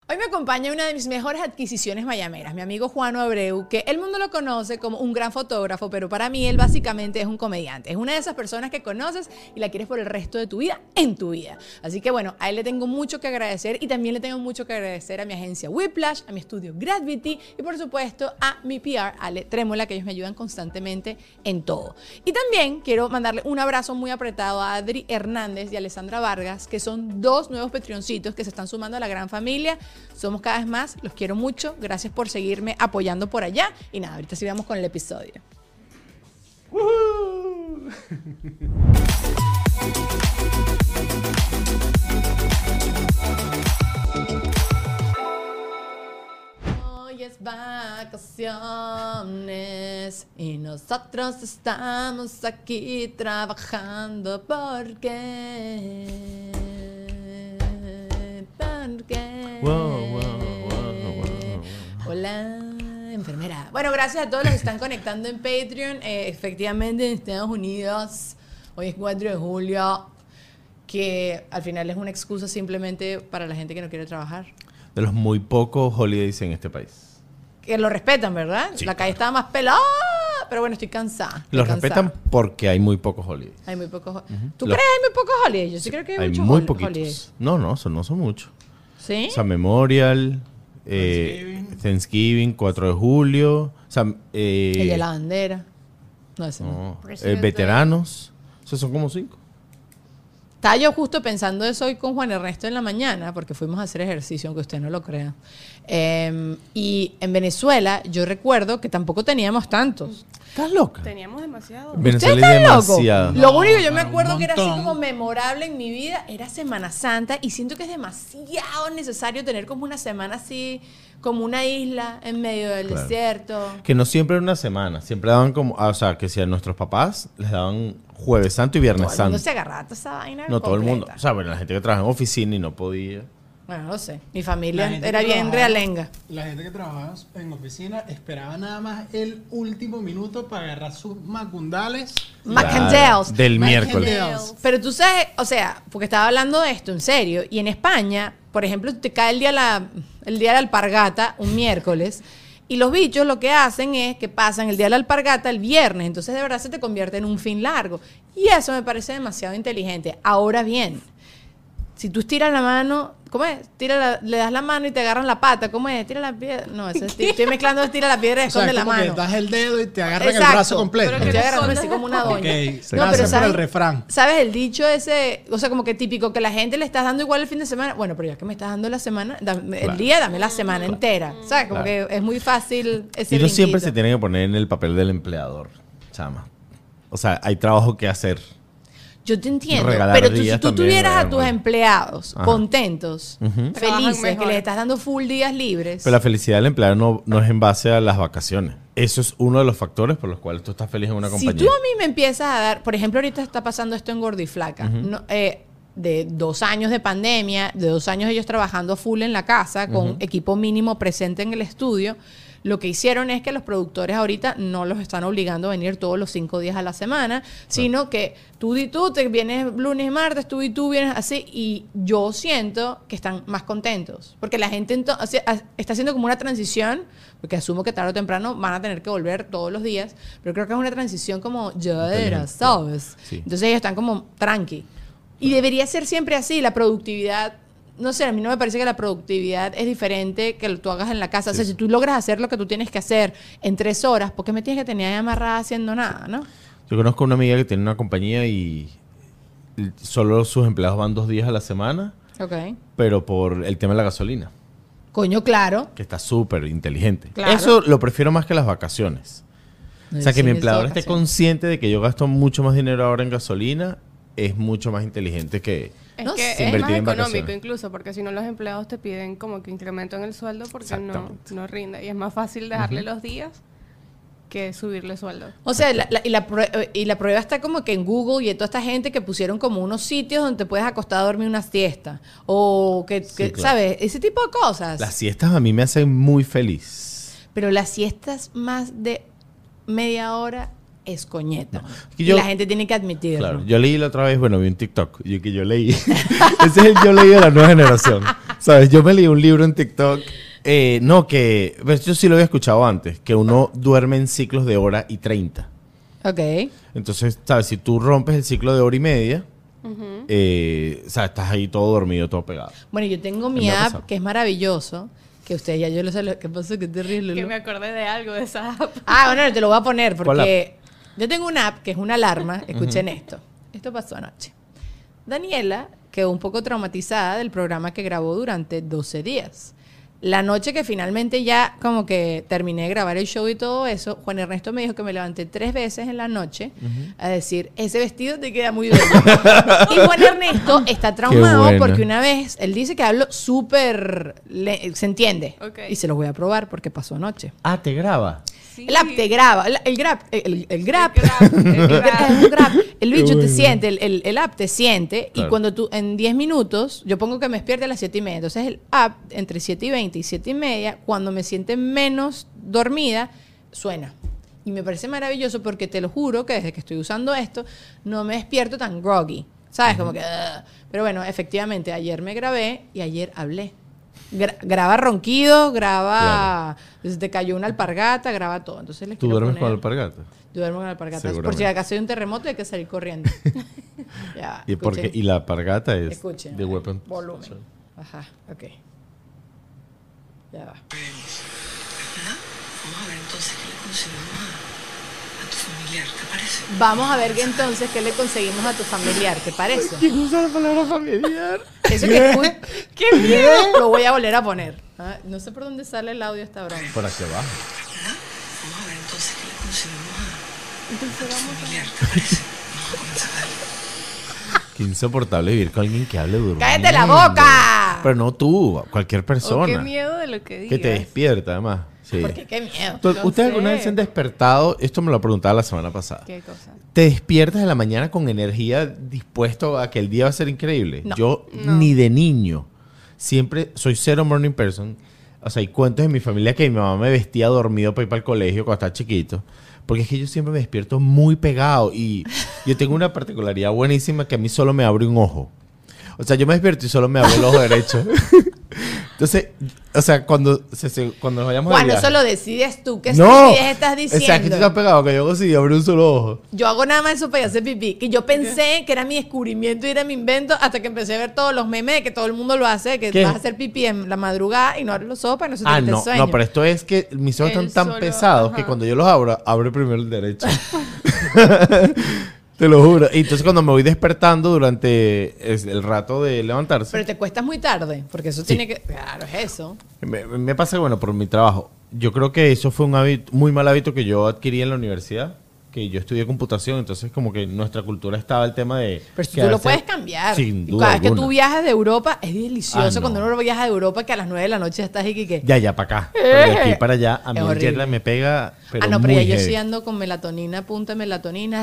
Hoy me acompaña una de mis mejores adquisiciones mayameras, mi amigo Juano Abreu, que el mundo lo conoce como un gran fotógrafo, pero para mí él básicamente es un comediante. Es una de esas personas que conoces y la quieres por el resto de tu vida, en tu vida. Así que bueno, a él le tengo mucho que agradecer y también le tengo mucho que agradecer a mi agencia Whiplash, a mi estudio Gravity y por supuesto a mi PR, Ale Trémola, que ellos me ayudan constantemente en todo. Y también quiero mandarle un abrazo muy apretado a Adri Hernández y a Alessandra Vargas, que son dos nuevos Patreoncitos que se están sumando a la gran familia. Somos cada vez más, los quiero mucho. Gracias por seguirme apoyando por allá. Y nada, ahorita sigamos con el episodio. Hoy es vacaciones y nosotros estamos aquí trabajando porque... Wow. Hola, enfermera. Bueno, gracias a todos los que están conectando en Patreon. Efectivamente, en Estados Unidos, hoy es 4 de julio, que al final es una excusa simplemente para la gente que no quiere trabajar. De los muy pocos holidays en este país. Que lo respetan, ¿verdad? Sí, la calle estaba más pelada, pero bueno, estoy cansada. Los respetan porque hay muy pocos holidays. Hay muy pocos. ¿Tú crees que hay muy pocos holidays? Yo sí creo que hay muchos muy holidays. poquitos. No son muchos. ¿Sí? O sea, Memorial, Thanksgiving, 4 de julio. O sea, el de la bandera. No, ese no. Veteranos. O sea, son como 5. Estaba yo justo pensando eso hoy con Juan Ernesto en la mañana, porque fuimos a hacer ejercicio, aunque usted no lo crea. Y en Venezuela, yo recuerdo que tampoco teníamos tantos. ¿Estás loca? Teníamos demasiado. Venezuela es demasiado. Lo único que yo me acuerdo que era así como memorable en mi vida era Semana Santa, y siento que es demasiado necesario tener como una semana así, como una isla en medio del desierto. Que no siempre era una semana, siempre daban como, o sea, que si a nuestros papás les daban Jueves Santo y Viernes Todo el Santo. mundo se agarraba toda esa vaina No, todo el mundo. completa. O sea, bueno, la gente que trabaja en oficina y no podía. Bueno, no sé. Mi familia era bien realenga. La gente que trabajaba en oficina esperaba nada más el último minuto para agarrar sus macundales. Macandales. Del Macandales. miércoles. Pero tú sabes, o sea, porque estaba hablando de esto en serio, y en España, por ejemplo, te cae el día de la alpargata, un miércoles, y los bichos lo que hacen es que pasan el día de la alpargata el viernes, entonces de verdad se te convierte en un fin largo. Y eso me parece demasiado inteligente. Ahora bien, si tú estiras la mano, ¿cómo es? Le das la mano y te agarran la pata, ¿cómo es? Tira la piedra. No, estoy mezclando estira la piedra y esconde la mano. Que das el dedo y te agarran Exacto. el brazo completo. Pero Me que estoy agarrando escondas así como una la doña. Ok, No, pero gracias por ¿sabes? el refrán. ¿Sabes el dicho ese? O sea, como que típico, que la gente le estás dando igual el fin de semana. Bueno, pero ya que me estás dando la semana, el día, dame la semana entera. ¿Sabes? Como que es muy fácil ese Y no siempre brinquito. se tiene que poner en el papel del empleador, chama. O sea, hay trabajo que hacer. Yo te entiendo, Regalar pero si días tú también, tuvieras a tus bueno. empleados Ajá. contentos, Trabajan felices, que mejor. les estás dando full días libres. Pero la felicidad del empleado no es en base a las vacaciones. Eso es uno de los factores por los cuales tú estás feliz en una Si compañía. tú a mí me empiezas a dar, por ejemplo, ahorita está pasando esto en Gordiflaca, no, de 2 años de pandemia, de 2 años ellos trabajando full en la casa, con equipo mínimo presente en el estudio, lo que hicieron es que los productores ahorita no los están obligando a venir todos los 5 días a la semana, sino que tú y tú te vienes lunes y martes, tú y tú vienes así, y yo siento que están más contentos, porque la gente está haciendo como una transición, porque asumo que tarde o temprano van a tener que volver todos los días, pero creo que es una transición como llevadera, ¿sabes? Sí. Entonces ellos están como tranqui. Y debería ser siempre así, la productividad. No sé, a mí no me parece que la productividad es diferente que tú hagas en la casa. O sea, si tú logras hacer lo que tú tienes que hacer en 3 horas, ¿por qué me tienes que tener ahí amarrada haciendo nada, no? Yo conozco una amiga que tiene una compañía y solo sus empleados van 2 días a la semana, Ok. pero por el tema de la gasolina, Coño, claro. que está súper inteligente. Claro. Eso lo prefiero más que las vacaciones. O sea, que mi empleador esté con consciente de que yo gasto mucho más dinero ahora en gasolina es mucho más inteligente que... Es No que sé. es Invertir más en económico vacaciones. incluso, porque si no los empleados te piden como que incremento en el sueldo porque no Exactamente. rinde. Y es más fácil dejarle los días que subirle sueldo. O sea, y la prueba está como que en Google y en toda esta gente que pusieron como unos sitios donde te puedes acostar a dormir una siesta. O que claro. ¿sabes? Ese tipo de cosas. Las siestas a mí me hacen muy feliz. Pero las siestas más de media hora es coñeta. Y Y yo- la gente tiene que admitirlo. Claro, yo leí la otra vez, bueno, vi un TikTok, que yo leí. Ese es el yo leí de la nueva generación. ¿Sabes? Yo me leí un libro en TikTok. No, que... Pues yo sí lo había escuchado antes. Que uno duerme en ciclos de hora y 30. Ok. Entonces, ¿sabes? Si tú rompes el ciclo de hora y media... ¿sabes? Estás ahí todo dormido, todo pegado. Bueno, yo tengo mi Me ha app pasado. que es maravilloso. Que ustedes ya yo lo sé. ¿Qué pasó? ¿Qué te ríes, Lulu? Que me acordé de algo de esa app. Ah, bueno, te lo voy a poner ¿Cuál porque yo tengo una app que es una alarma. Escuchen esto. Esto pasó anoche. Daniela quedó un poco traumatizada del programa que grabó durante 12 días. La noche que finalmente ya como que terminé de grabar el show y todo eso, Juan Ernesto me dijo que me levanté 3 veces en la noche a decir, ese vestido te queda muy bello. Y Juan Ernesto está traumado buena. porque una vez, él dice que hablo súper, se entiende. Ok. Y se los voy a probar porque pasó anoche. Ah, ¿te graba? Sí. El app te graba, el grab, el grab, El grab. es un grab. El bicho Qué te bueno. siente, el app te siente, Claro. y cuando tú, en 10 minutos, yo pongo que me despierte a las 7:30, entonces el app, entre 7:20 y 7:30, cuando me siente menos dormida, suena. Y me parece maravilloso porque te lo juro que desde que estoy usando esto, no me despierto tan groggy, ¿sabes? Como que... Pero bueno, efectivamente, ayer me grabé y ayer hablé. Graba ronquido, graba... Si te cayó una alpargata, graba todo. Entonces les ¿Tú quiero duermes con poner- alpargata? Yo duermo con alpargatas. Por Seguramente. si acaso hay un terremoto y hay que salir corriendo. Ya, ¿Y, por qué? escuchen. ¿Y la alpargata es Escuchen. de weapon? Volumen. Ajá, ok. Ya va. Vamos a ver entonces qué le conseguimos a tu familiar, ¿te parece? Vamos a ver que entonces qué le conseguimos a tu familiar, ¿te parece? ¿Quién usa la palabra familiar? Eso que ¡Qué miedo! Lo voy a volver a poner. Ah, no sé por dónde sale el audio de esta broma. Por aquí abajo. ¿Verdad? Vamos a ver entonces qué le conseguimos a tu familiar, ¿te parece? Vamos a comenzar a darle. Qué insoportable vivir con alguien que hable durmiendo. ¡Cállate la boca! Pero no tú, cualquier Oh, persona. qué miedo de lo que digas. Que te despierta, además. Sí. Porque qué miedo. ¿Ustedes No alguna sé. vez se han despertado? Esto me lo preguntaba la semana pasada. ¿Qué cosa? ¿Te despiertas en la mañana con energía dispuesto a que el día va a ser increíble? No. Yo No. ni de niño. Siempre soy cero morning person. O sea, hay cuentos en mi familia que mi mamá me vestía dormido para ir para el colegio cuando estaba chiquito. Porque es que yo siempre me despierto muy pegado. Y yo tengo una particularidad buenísima que a mí solo me abre un ojo. O sea, yo me despierto y solo me abre el ojo derecho. Entonces, o sea, cuando nos vayamos Juan, de viaje... eso lo decides tú. ¿Qué No, estupidez estás o diciendo? sea, que tú estás pegado, que yo hago así, abro un solo ojo. Yo hago nada más eso para ir a hacer pipí. Que yo pensé que era mi descubrimiento y era mi invento hasta que empecé a ver todos los memes de que todo el mundo lo hace, que ¿Qué? vas a hacer pipí en la madrugada y no abres los ojos para que no se te Ah, quite no, el sueño. no, pero esto es que mis ojos Él están tan solo, pesados ajá. que cuando yo los abro, abre primero el derecho. Te lo juro. Y entonces cuando me voy despertando durante el rato de levantarse, Pero te cuestas muy tarde, porque eso Sí. tiene que... Claro, es eso. me pasa, bueno, por mi trabajo. Yo creo que eso fue un hábito, muy mal hábito que yo adquirí en la universidad, que yo estudié computación, entonces como que en nuestra cultura estaba el tema de... Pero tú quedarse- lo puedes cambiar. Sin Y duda cada vez que alguna. tú viajas de Europa, es delicioso Ah, no. cuando uno viaja de Europa que a las 9 de la noche ya estás aquí que... Ya, para acá. Pero de aquí para allá, a mí Es el jet horrible. lag me pega, pero no, pero muy ya yo heavy. sí ando con melatonina, punta de melatonina,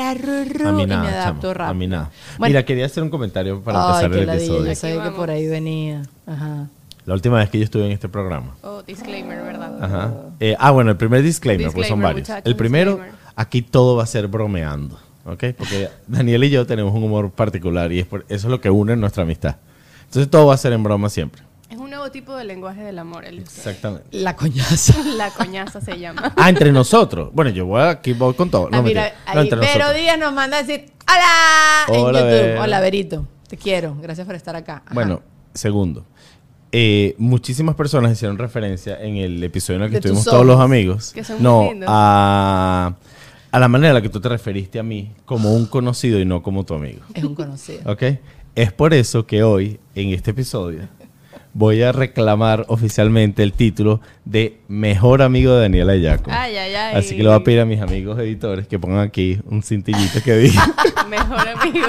A mí y nada, me adapto chamo, rápido. A mí nada. Bueno, Mira, quería hacer un comentario para ay, empezar qué el ladilla, episodio. yo sabía que vamos. por ahí venía. Ajá. La última vez que yo estuve en este programa. Oh, disclaimer, ¿verdad? Ajá. Bueno, el primer disclaimer, pues son Disclaimer, varios. muchachos, El primero, disclaimer. aquí todo va a ser bromeando, ¿ok? Porque Daniel y yo tenemos un humor particular y eso es lo que une nuestra amistad. Entonces todo va a ser en broma siempre. Es un nuevo tipo de lenguaje del amor. Exactamente. La coñaza. La coñaza se llama. Ah, entre nosotros. Bueno, yo aquí voy con todo. No, Ah, mira, mentira. No, ahí entre Vero nosotros. Díaz nos manda a decir ¡Hola! En Hola, YouTube. Vero. Hola, Verito. Te quiero. Gracias por estar acá. Ajá. Bueno, segundo. Muchísimas personas hicieron referencia en el episodio en el que De tus estuvimos todos los ojos. amigos. Que son muy No, lindos. a la manera en la que tú te referiste a mí como un conocido y no como tu amigo. Es un conocido. ¿Ok? Es por eso que hoy, en este episodio, voy a reclamar oficialmente el título de Mejor Amigo de Daniela Yaco. Ay, ay, ay. Así que le voy a pedir a mis amigos editores que pongan aquí un cintillito que diga Mejor amigo.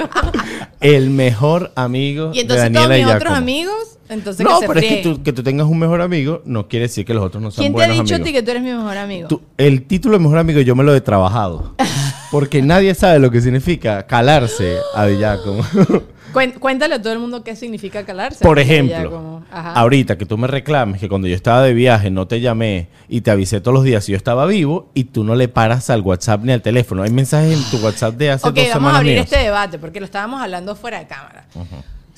el mejor amigo Y de entonces Daniela todos mis Giacomo. otros amigos, entonces No, que se pero es que frieguen. que tú tengas un mejor amigo no quiere decir que los otros no sean ¿Quién te ha buenos dicho a amigos. ti que tú eres mi mejor amigo? El título de mejor amigo yo me lo he trabajado. Porque nadie sabe lo que significa calarse a Di Giacomo. Cuéntale a todo el mundo qué significa calarse. Por Ya ejemplo, como- ajá. ahorita que tú me reclames que cuando yo estaba de viaje no te llamé y te avisé todos los días si yo estaba vivo y tú no le paras al WhatsApp ni al teléfono. Hay mensajes en tu WhatsApp de hace Ok, 2 vamos a semanas abrir míos. este debate porque lo estábamos hablando fuera de cámara.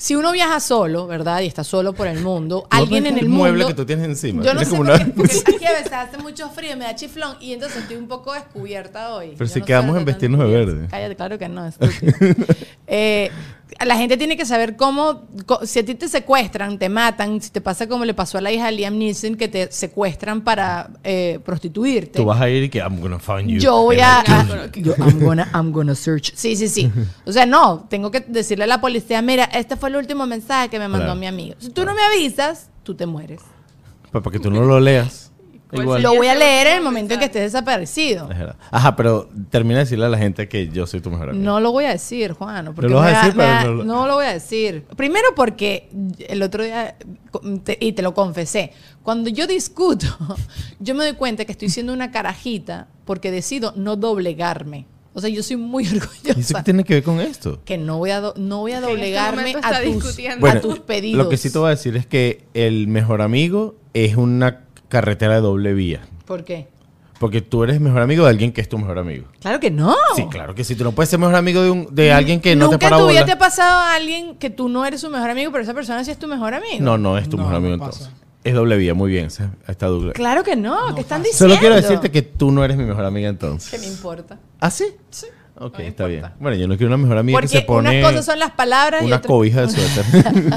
si uno viaja solo, ¿verdad? Y está solo por el mundo, ¿Tú alguien ves en el mueble mundo... que tú tienes encima? Yo no Tienes sé como porque aquí a veces hace mucho frío, me da chiflón y entonces estoy un poco descubierta hoy. Pero Yo si no quedamos sé en de vestirnos de tantos días. verde. Cállate, claro que no, estúpido. La gente tiene que saber si a ti te secuestran, te matan, si te pasa como le pasó a la hija de Liam Neeson, que te secuestran para prostituirte. Tú vas a ir y que I'm gonna find you. Yo voy And I'm gonna search. Sí. O sea, no, tengo que decirle a la policía, mira, este fue el último mensaje que me mandó Claro. mi amigo. Si tú no me avisas, tú te mueres. Para que tú no lo leas. Igual. Lo voy a leer en el momento en que estés desaparecido. Es verdad. Ajá, pero termina de decirle a la gente que yo soy tu mejor amigo. No lo voy a decir, Juan. Porque No lo vas a decir, pero no lo voy a decir. Primero porque el otro día, y te lo confesé, cuando yo discuto, yo me doy cuenta que estoy siendo una carajita porque decido no doblegarme. O sea, yo soy muy ¿Y eso orgullosa. qué tiene que ver con esto? Que no voy a este doblegarme momento a está tus, discutiendo. a tus pedidos. Lo que sí te voy a decir es que el mejor amigo es una carretera de doble vía. ¿Por qué? Porque tú eres mejor amigo de alguien que es tu mejor amigo. Claro que no. Sí, claro que sí. Tú no puedes ser mejor amigo de alguien que no te ¿Nunca para en tu vida bola. te ha pasado a alguien que tú no eres su mejor amigo, pero esa persona sí es tu mejor amigo? No es tu No, mejor amigo no pasa. entonces. Es doble vía, muy bien. Está doble. Claro que no. ¿Qué están diciendo? Solo quiero decirte que tú no eres mi mejor amiga entonces. ¿Qué me importa? ¿Ah, sí? Sí. Ok, me está bien. importa. Bueno, yo no quiero una mejor amiga que Porque se pone unas cosas son las palabras y una otras... cobija de suéter.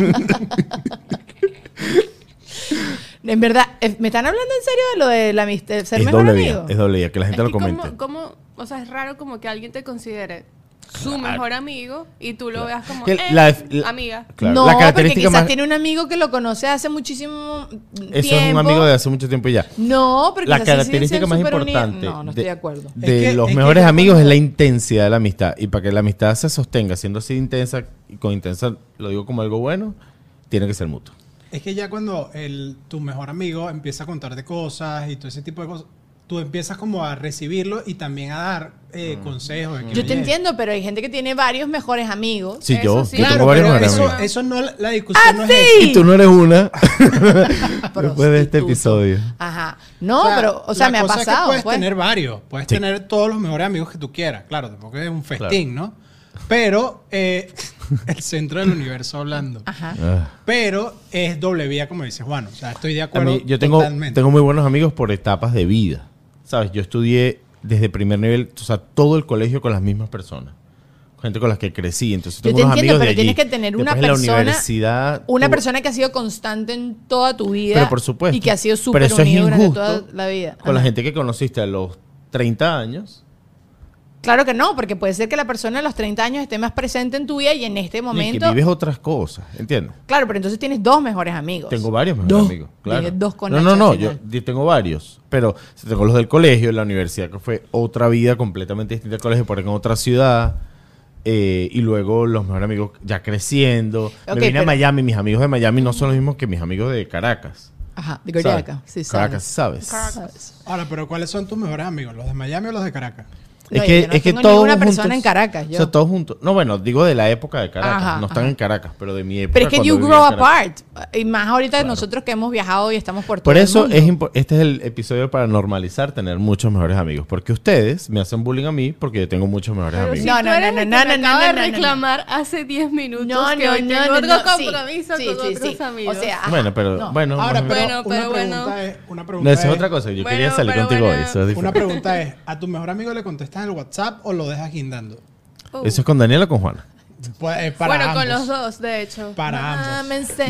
En verdad, ¿me están hablando en serio de lo de la amistad, ser Es mejor doble vía, amigo? es doble vía, que la gente lo que comente. o sea, es raro como que alguien te considere su mejor amigo y tú lo veas como Que la- amiga. Claro, No, la porque característica quizás más... tiene un amigo que lo conoce hace muchísimo tiempo. Eso es un amigo de hace mucho tiempo y ya. No, porque La quizás siguen característica siendo más súper importante unidos. No estoy de acuerdo. de Es que- los es que mejores ya amigos cuando- es la intensidad de la amistad. Y para que la amistad se sostenga siendo así intensa, y con intensa lo digo como algo bueno, tiene que ser mutuo. Es que ya cuando tu mejor amigo empieza a contarte cosas y todo ese tipo de cosas, tú empiezas como a recibirlo y también a dar consejos. de que, Yo te oye, entiendo, pero hay gente que tiene varios mejores amigos. Sí, Eso yo, sí. yo Claro, tengo varios pero mejores eso, amigos. eso no, la discusión no es sí! esa. Y tú no eres una después de este Prostituto. episodio. Ajá. No, pero, o sea, la me ha cosa es que pasado. puedes pues. tener varios. Puedes Sí. tener todos los mejores amigos que tú quieras. Claro, tampoco es un festín, ¿no? Pero el centro del universo hablando. Ajá. Ah. Pero es doble vía, como dice Juan. O sea, estoy de A acuerdo mí, yo tengo totalmente. muy buenos amigos por etapas de vida. ¿Sabes? Yo estudié desde primer nivel, o sea, todo el colegio con las mismas personas. Gente con las que crecí. Entonces Yo tengo te unos entiendo, amigos de pero allí. tienes que tener una Después en la persona- universidad, Una tuve- persona que ha sido constante en toda tu vida. Pero por supuesto. Y que ha sido Pero súper eso es unido durante injusto toda la vida. con la Ajá. gente que conociste a los 30 años. Claro que no, porque puede ser que la persona a los 30 años esté más presente en tu vida y en este Y momento... que vives otras cosas, ¿entiendes? Claro, pero entonces tienes dos mejores amigos. Tengo varios mejores Dos. amigos. Claro. Dije dos con no, H no, al no. final. Yo tengo varios. Pero tengo los del colegio, la universidad, que fue otra vida completamente distinta al colegio, por en otra ciudad. Y luego los mejores amigos ya creciendo. Ok, Me vine a pero- Miami. Mis amigos de Miami no son los mismos que mis amigos de Caracas. Ajá, de ¿sabes? Caracas. Sí, Caracas, ¿sabes? sabes. Ahora, pero ¿cuáles son tus mejores amigos? ¿Los de Miami o los de Caracas? No, Es que, yo no es que tengo todos ninguna juntos, persona en Caracas, yo. O sea, todos juntos. No, bueno, digo de la época de Caracas. Ajá, no están ajá. en Caracas, pero de mi época. Pero es que cuando you vivía grow en Caracas. apart. Y más ahorita Claro. nosotros que hemos viajado y estamos por todo Por el eso mundo. este es el episodio para normalizar tener muchos mejores amigos. Porque ustedes me hacen bullying a mí porque yo tengo muchos mejores Pero amigos. si No, tú no, eres no, el no, que no, me no, acaba no, de no, no. reclamar hace 10 minutos No, que no, hoy no, tengo no, otro no, compromiso sí, con sí, otros sí. amigos. O sea, ajá, Bueno, pero no. bueno. Ahora, más o menos. pero Bueno, una pero pregunta bueno. es... Una No, pregunta esa es es- otra cosa. Yo Bueno, quería salir pero contigo bueno. hoy. Eso es Una diferente. pregunta es, ¿a tu mejor amigo le contestas en el WhatsApp o lo dejas guindando? ¿Eso es con Daniela o con Juana? Pues, para Bueno, con ambos. los dos, de hecho. Para ambos. Ámense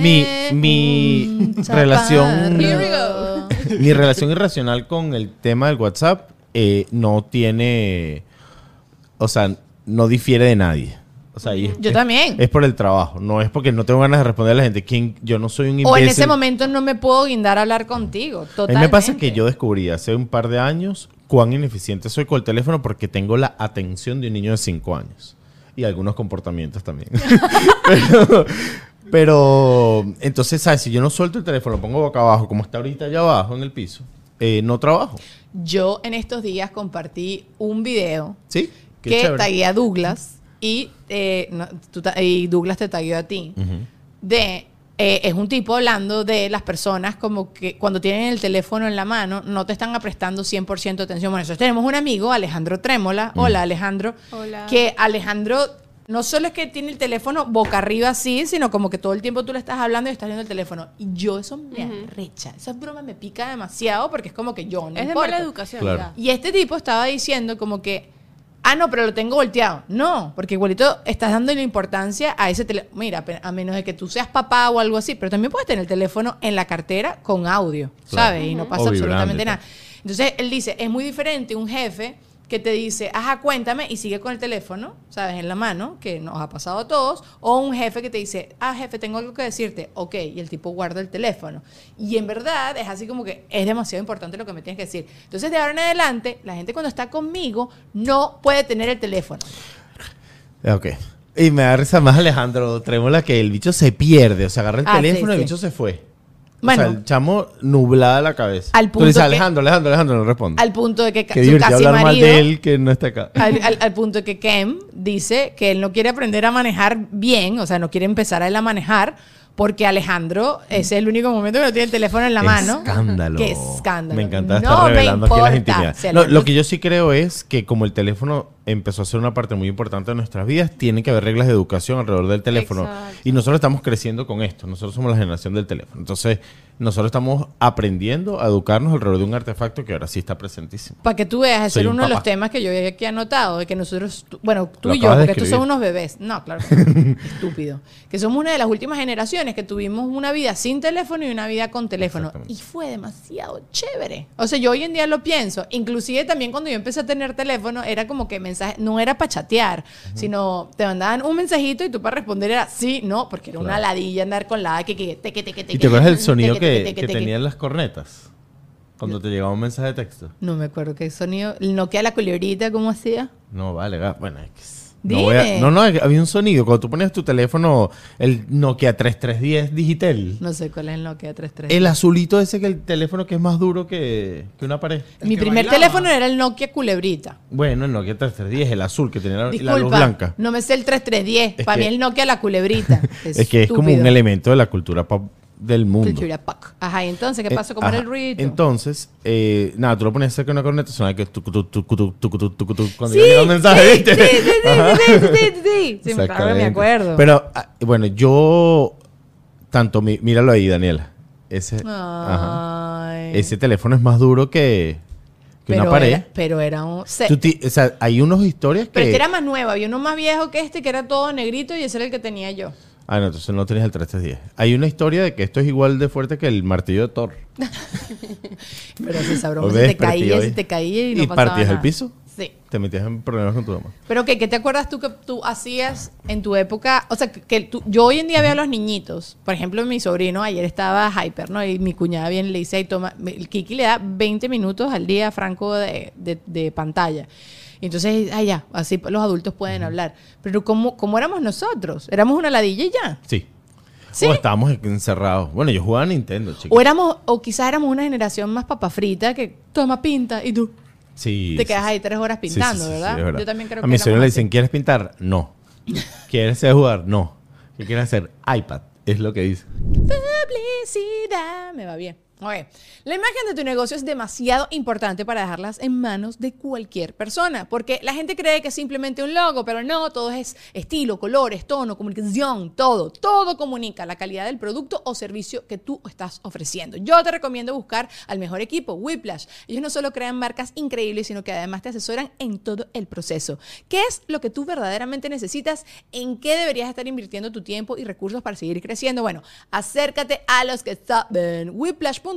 Mi un relación- Here we chaparro. Mi relación irracional con el tema del WhatsApp no tiene... O sea, no difiere de nadie. O sea, y Yo también. Es por el trabajo. No es porque no tengo ganas de responder a la gente. Yo no soy un imbécil. O en ese momento no me puedo guindar a hablar contigo. A mí Totalmente. me pasa que yo descubrí hace un par de años cuán ineficiente soy con el teléfono porque tengo la atención de un niño de 5 años. Y algunos comportamientos también. pero, entonces, ¿sabes? Si yo no suelto el teléfono, lo pongo boca abajo, como está ahorita allá abajo en el piso, no trabajo. Yo en estos días compartí un video ¿Sí? Qué que chévere. tagué a Douglas y Douglas te tagueó a ti. Ujú. Es un tipo hablando de las personas como que cuando tienen el teléfono en la mano no te están prestando 100% atención. Bueno, nosotros tenemos un amigo, Alejandro Trémola. Hola, Alejandro. Hola. Que Alejandro no solo es que tiene el teléfono boca arriba así, sino como que todo el tiempo tú le estás hablando y estás viendo el teléfono. Y yo eso me arrecha. Esa broma me pica demasiado porque es como que yo no Es de importa. mala educación. Claro. ya. Y este tipo estaba diciendo como que, no, pero lo tengo volteado. No, porque igualito estás dando la importancia a ese teléfono. Mira, a menos de que tú seas papá o algo así, pero también puedes tener el teléfono en la cartera con audio, ¿sabes? Y no pasa O vibrante, absolutamente pues. nada. Entonces, él dice, es muy diferente un jefe que te dice, ajá, cuéntame, y sigue con el teléfono, ¿sabes? En la mano, que nos ha pasado a todos, o un jefe que te dice, jefe, tengo algo que decirte, ok, y el tipo guarda el teléfono. Y en verdad es así como que es demasiado importante lo que me tienes que decir. Entonces, de ahora en adelante, la gente cuando está conmigo no puede tener el teléfono. Ok. Y me da risa más Alejandro Trémola que el bicho se pierde. O sea, agarra el teléfono y el sí. bicho se fue. Bueno. O sea, el chamo nublada la cabeza. Al Tú punto le dices, que- Alejandro, no responde. Al punto de que Qué su divertido casi hablar mal marido... de él que no está acá. Al punto de que Kem dice que él no quiere aprender a manejar bien, o sea, no quiere empezar a él a manejar, porque Alejandro, ese es el único momento que no tiene el teléfono en la mano. Escándalo. Qué escándalo. Me encanta estar No me revelando aquí las importa. intimidades. Si No, Alejandro- lo que yo sí creo es que como el teléfono empezó a ser una parte muy importante de nuestras vidas, tiene que haber reglas de educación alrededor del teléfono. Exacto. Y nosotros estamos creciendo con esto. Nosotros somos la generación del teléfono. Entonces, nosotros estamos aprendiendo a educarnos alrededor de un artefacto que ahora sí está presentísimo. Para que tú veas, ese Soy era un uno de los papá. temas que yo había aquí anotado, de que nosotros, bueno, tú Lo y yo, acabas de porque estos son escribir. unos bebés. No, claro, que no. Estúpido. Que somos una de las últimas generaciones que tuvimos una vida sin teléfono y una vida con teléfono. Exactamente. Y fue demasiado chévere. O sea, yo hoy en día lo pienso. Inclusive también cuando yo empecé a tener teléfono, era como que mensaje, no era para chatear, sino te mandaban un mensajito y tú para responder era sí, no, porque era una Claro. ladilla andar con la ¿Y te acuerdas del sonido que teque. tenían las cornetas? Cuando te llegaba un mensaje de texto. No me acuerdo qué sonido. El Nokia la culebrita, ¿cómo hacía? No, vale, bueno, es que... Dime. No, había un sonido. Cuando tú ponías tu teléfono, el Nokia 3310 Digital, No sé cuál es el Nokia 33. el azulito ese que el teléfono que es más duro que una pared. El Mi que primer bailaba. teléfono era el Nokia culebrita. Bueno, el Nokia 3310, el azul que tenía la luz Disculpa, blanca. no me sé el 3310. Es Para que- mí el Nokia la culebrita. Es que es como un elemento de la cultura pop del mundo. Cultura pop. Ajá, y entonces, ¿qué pasó? ¿Cómo era el Ajá. ruido? Entonces, nada, tú lo ponías cerca de una corneta, sonaba que cuando sí, iba a llegar un mensaje, sí, ¿viste? sí, sí. Sí, claro que me Exactamente. acuerdo. Pero, bueno, yo, míralo ahí, Daniela. Ajá. Ay. Ese teléfono es más duro que una pared. Pero era un... O sea, hay unas historias Pero que... este era más nuevo. Había uno más viejo que este, que era todo negrito, y ese era el que tenía yo. Ah, no, entonces no tenías el 3310. Hay una historia de que esto es igual de fuerte que el martillo de Thor. Pero si esa broma Hoy se me te desperté caía, hoy. se te caía y no ¿Y pasaba partías el nada. piso? Sí. Te metías en problemas con tu mamá. Pero ¿qué te acuerdas tú que tú hacías en tu época? O sea, yo hoy en día veo a los niñitos. Por ejemplo, mi sobrino ayer estaba hyper, ¿no? Y mi cuñada bien le dice, "Ay, toma", el Kiki le da 20 minutos al día a Franco de pantalla. Y entonces, ya, así los adultos pueden hablar. Pero ¿cómo éramos nosotros? Éramos una ladilla y ya. Sí. ¿Sí? O estábamos encerrados. Bueno, yo jugaba a Nintendo, chicos. O quizás éramos una generación más papa frita que toma pinta y tú Sí. te quedas sí, ahí 3 horas sí, pintando, sí, sí, ¿verdad? sí, es Yo también creo a que mi sobrino éramos le así. dicen, ¿quieres pintar? No. ¿Quieres jugar? No. ¿Qué quieres hacer? iPad. Es lo que dice. Publicidad. Me va bien. Ok. La imagen de tu negocio es demasiado importante para dejarlas en manos de cualquier persona, porque la gente cree que es simplemente un logo, pero no, todo es estilo, colores, tono, comunicación, todo comunica la calidad del producto o servicio que tú estás ofreciendo. Yo te recomiendo buscar al mejor equipo, Whiplash. Ellos no solo crean marcas increíbles, sino que además te asesoran en todo el proceso. ¿Qué es lo que tú verdaderamente necesitas? ¿En qué deberías estar invirtiendo tu tiempo y recursos para seguir creciendo? Bueno, acércate a los que saben. Whiplash.com.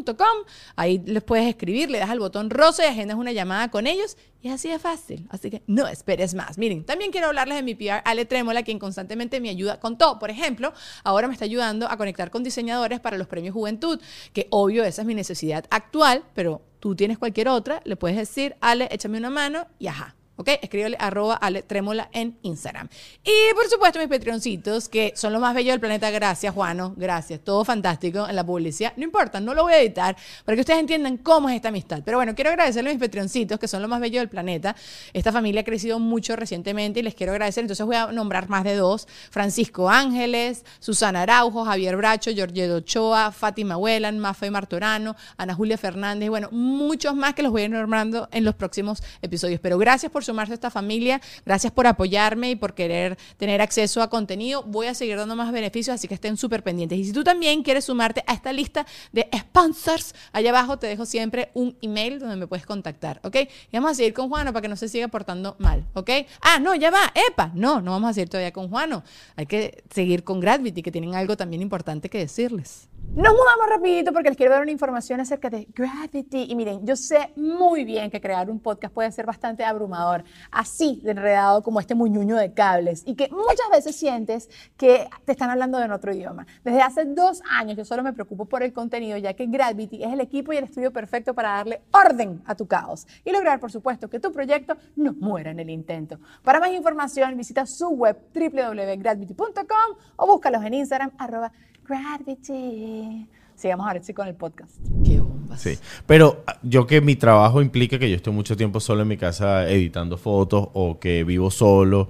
Ahí les puedes escribir, le das al botón rosa y agendas una llamada con ellos. Y es así de fácil. Así que no esperes más. Miren, también quiero hablarles de mi PR, Ale Trémola, quien constantemente me ayuda con todo. Por ejemplo, ahora me está ayudando a conectar con diseñadores para los premios Juventud, que obvio esa es mi necesidad actual, pero tú tienes cualquier otra, le puedes decir, Ale, échame una mano y ajá. ¿Ok? Escríbele @aletrémola en Instagram. Y por supuesto mis Patreoncitos, que son lo más bello del planeta. Gracias, Juano. Gracias. Todo fantástico en la publicidad. No importa, no lo voy a editar para que ustedes entiendan cómo es esta amistad. Pero bueno, quiero agradecerle a mis Patreoncitos, que son lo más bello del planeta. Esta familia ha crecido mucho recientemente y les quiero agradecer. Entonces voy a nombrar más de 2. Francisco Ángeles, Susana Araujo, Javier Bracho, Georgette Ochoa, Fátima Huelan, Mafe Martorano, Ana Julia Fernández. Y bueno, muchos más que los voy a ir nombrando en los próximos episodios. Pero gracias por su sumarse a esta familia. Gracias por apoyarme y por querer tener acceso a contenido. Voy a seguir dando más beneficios, así que estén súper pendientes. Y si tú también quieres sumarte a esta lista de sponsors, allá abajo te dejo siempre un email donde me puedes contactar, ¿ok? Y vamos a seguir con Juano para que no se siga portando mal, ¿ok? Ah, no, ya va, epa. No vamos a seguir todavía con Juano. Hay que seguir con Gravity, que tienen algo también importante que decirles. Nos mudamos rapidito porque les quiero dar una información acerca de Gravity. Y miren, yo sé muy bien que crear un podcast puede ser bastante abrumador, así de enredado como este muñuño de cables, y que muchas veces sientes que te están hablando en otro idioma. Desde hace 2 años yo solo me preocupo por el contenido, ya que Gravity es el equipo y el estudio perfecto para darle orden a tu caos y lograr, por supuesto, que tu proyecto no muera en el intento. Para más información, visita su web www.gravity.com o búscalos en Instagram @Gravity. Sigamos ahora sí con el podcast. Qué bombas. Sí, pero yo que mi trabajo implica que yo estoy mucho tiempo solo en mi casa editando fotos o que vivo solo,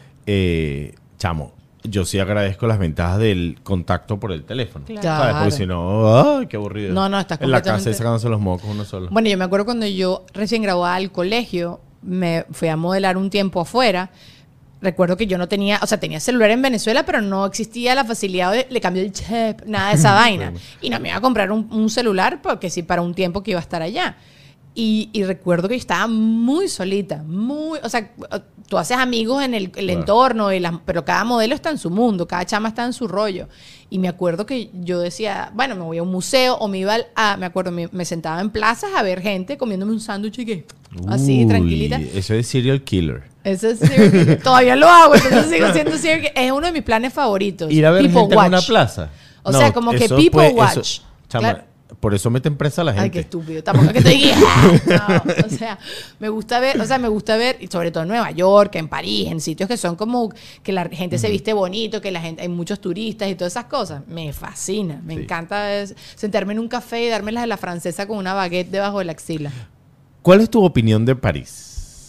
chamo, yo sí agradezco las ventajas del contacto por el teléfono. Claro. ¿Sabes? Porque si no, ¡ay, qué aburrido! No, estás en la casa completamente... y sacándose los mocos uno solo. Bueno, yo me acuerdo cuando yo recién graduada al colegio, me fui a modelar un tiempo afuera. Recuerdo que yo no tenía, o sea, tenía celular en Venezuela, pero no existía la facilidad de le cambio el chip, nada de esa vaina. Y no me iba a comprar un celular porque sí, para un tiempo que iba a estar allá. Y recuerdo que yo estaba muy solita, o sea, tú haces amigos en el entorno, pero cada modelo está en su mundo, cada chama está en su rollo. Y me acuerdo que yo decía, bueno, me voy a un museo o me iba me sentaba en plazas a ver gente comiéndome un sándwich y que así, tranquilita. Eso es serial killer. Eso es todavía lo hago, entonces sigo siendo serial killer. Es uno de mis planes favoritos. Ir a ver People gente watch. en una plaza. O sea, como que people watch. Chama, Claro. por eso meten presa a la gente. Ay, qué estúpido. Tampoco es que estoy guía. No, o sea, me gusta ver, y sobre todo en Nueva York, en París, en sitios que son como que la gente se viste bonito, que la gente, hay muchos turistas y todas esas cosas. Me fascina. Me encanta sentarme en un café y darme las de la francesa con una baguette debajo de la axila. ¿Cuál es tu opinión de París?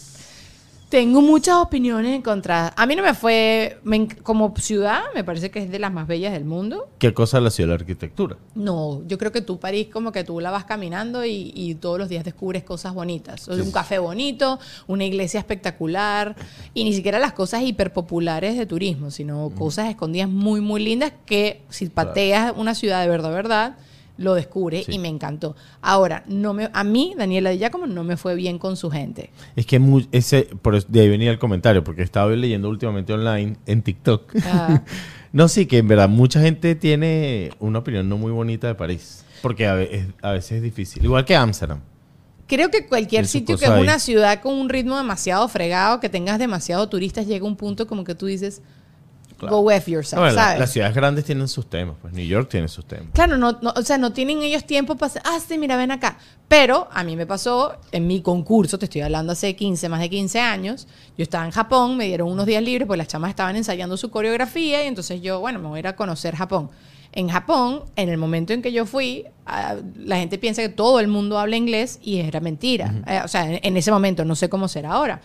Tengo muchas opiniones encontradas. A mí no me fue... como ciudad, me parece que es de las más bellas del mundo. ¿Qué cosa es la ciudad de la arquitectura? No, yo creo que tú, París, como que tú la vas caminando y todos los días descubres cosas bonitas. O sea, un café bonito, una iglesia espectacular, y ni siquiera las cosas hiperpopulares de turismo, sino cosas escondidas muy, muy lindas que si pateas una ciudad de verdad, lo descubre y me encantó. Ahora, a mí, Daniela Di Giacomo, no me fue bien con su gente. Es que de ahí venía el comentario, porque estaba leyendo últimamente online en TikTok. No, sí, que en verdad mucha gente tiene una opinión no muy bonita de París, porque a veces es difícil. Igual que Ámsterdam. Creo que cualquier Tiene su sitio que cosa es ahí. una ciudad con un ritmo demasiado fregado, que tengas demasiado turistas, llega un punto como que tú dices... Claro. Go F yourself, Bueno, ¿sabes? las ciudades grandes tienen sus temas, pues New York tiene sus temas. Claro, o sea, no tienen ellos tiempo para... sí, mira, ven acá. Pero a mí me pasó en mi concurso, te estoy hablando hace más de 15 años, yo estaba en Japón, me dieron unos días libres porque las chamas estaban ensayando su coreografía y entonces yo, bueno, me voy a ir a conocer Japón. En Japón, en el momento en que yo fui, la gente piensa que todo el mundo habla inglés y era mentira. O sea, en ese momento, no sé cómo será ahora.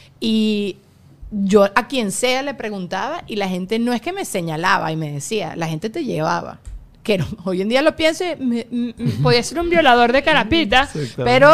Y... yo a quien sea le preguntaba y la gente no es que me señalaba y me decía, la gente te llevaba. Que hoy en día lo pienso, podía ser un violador de carapita, pero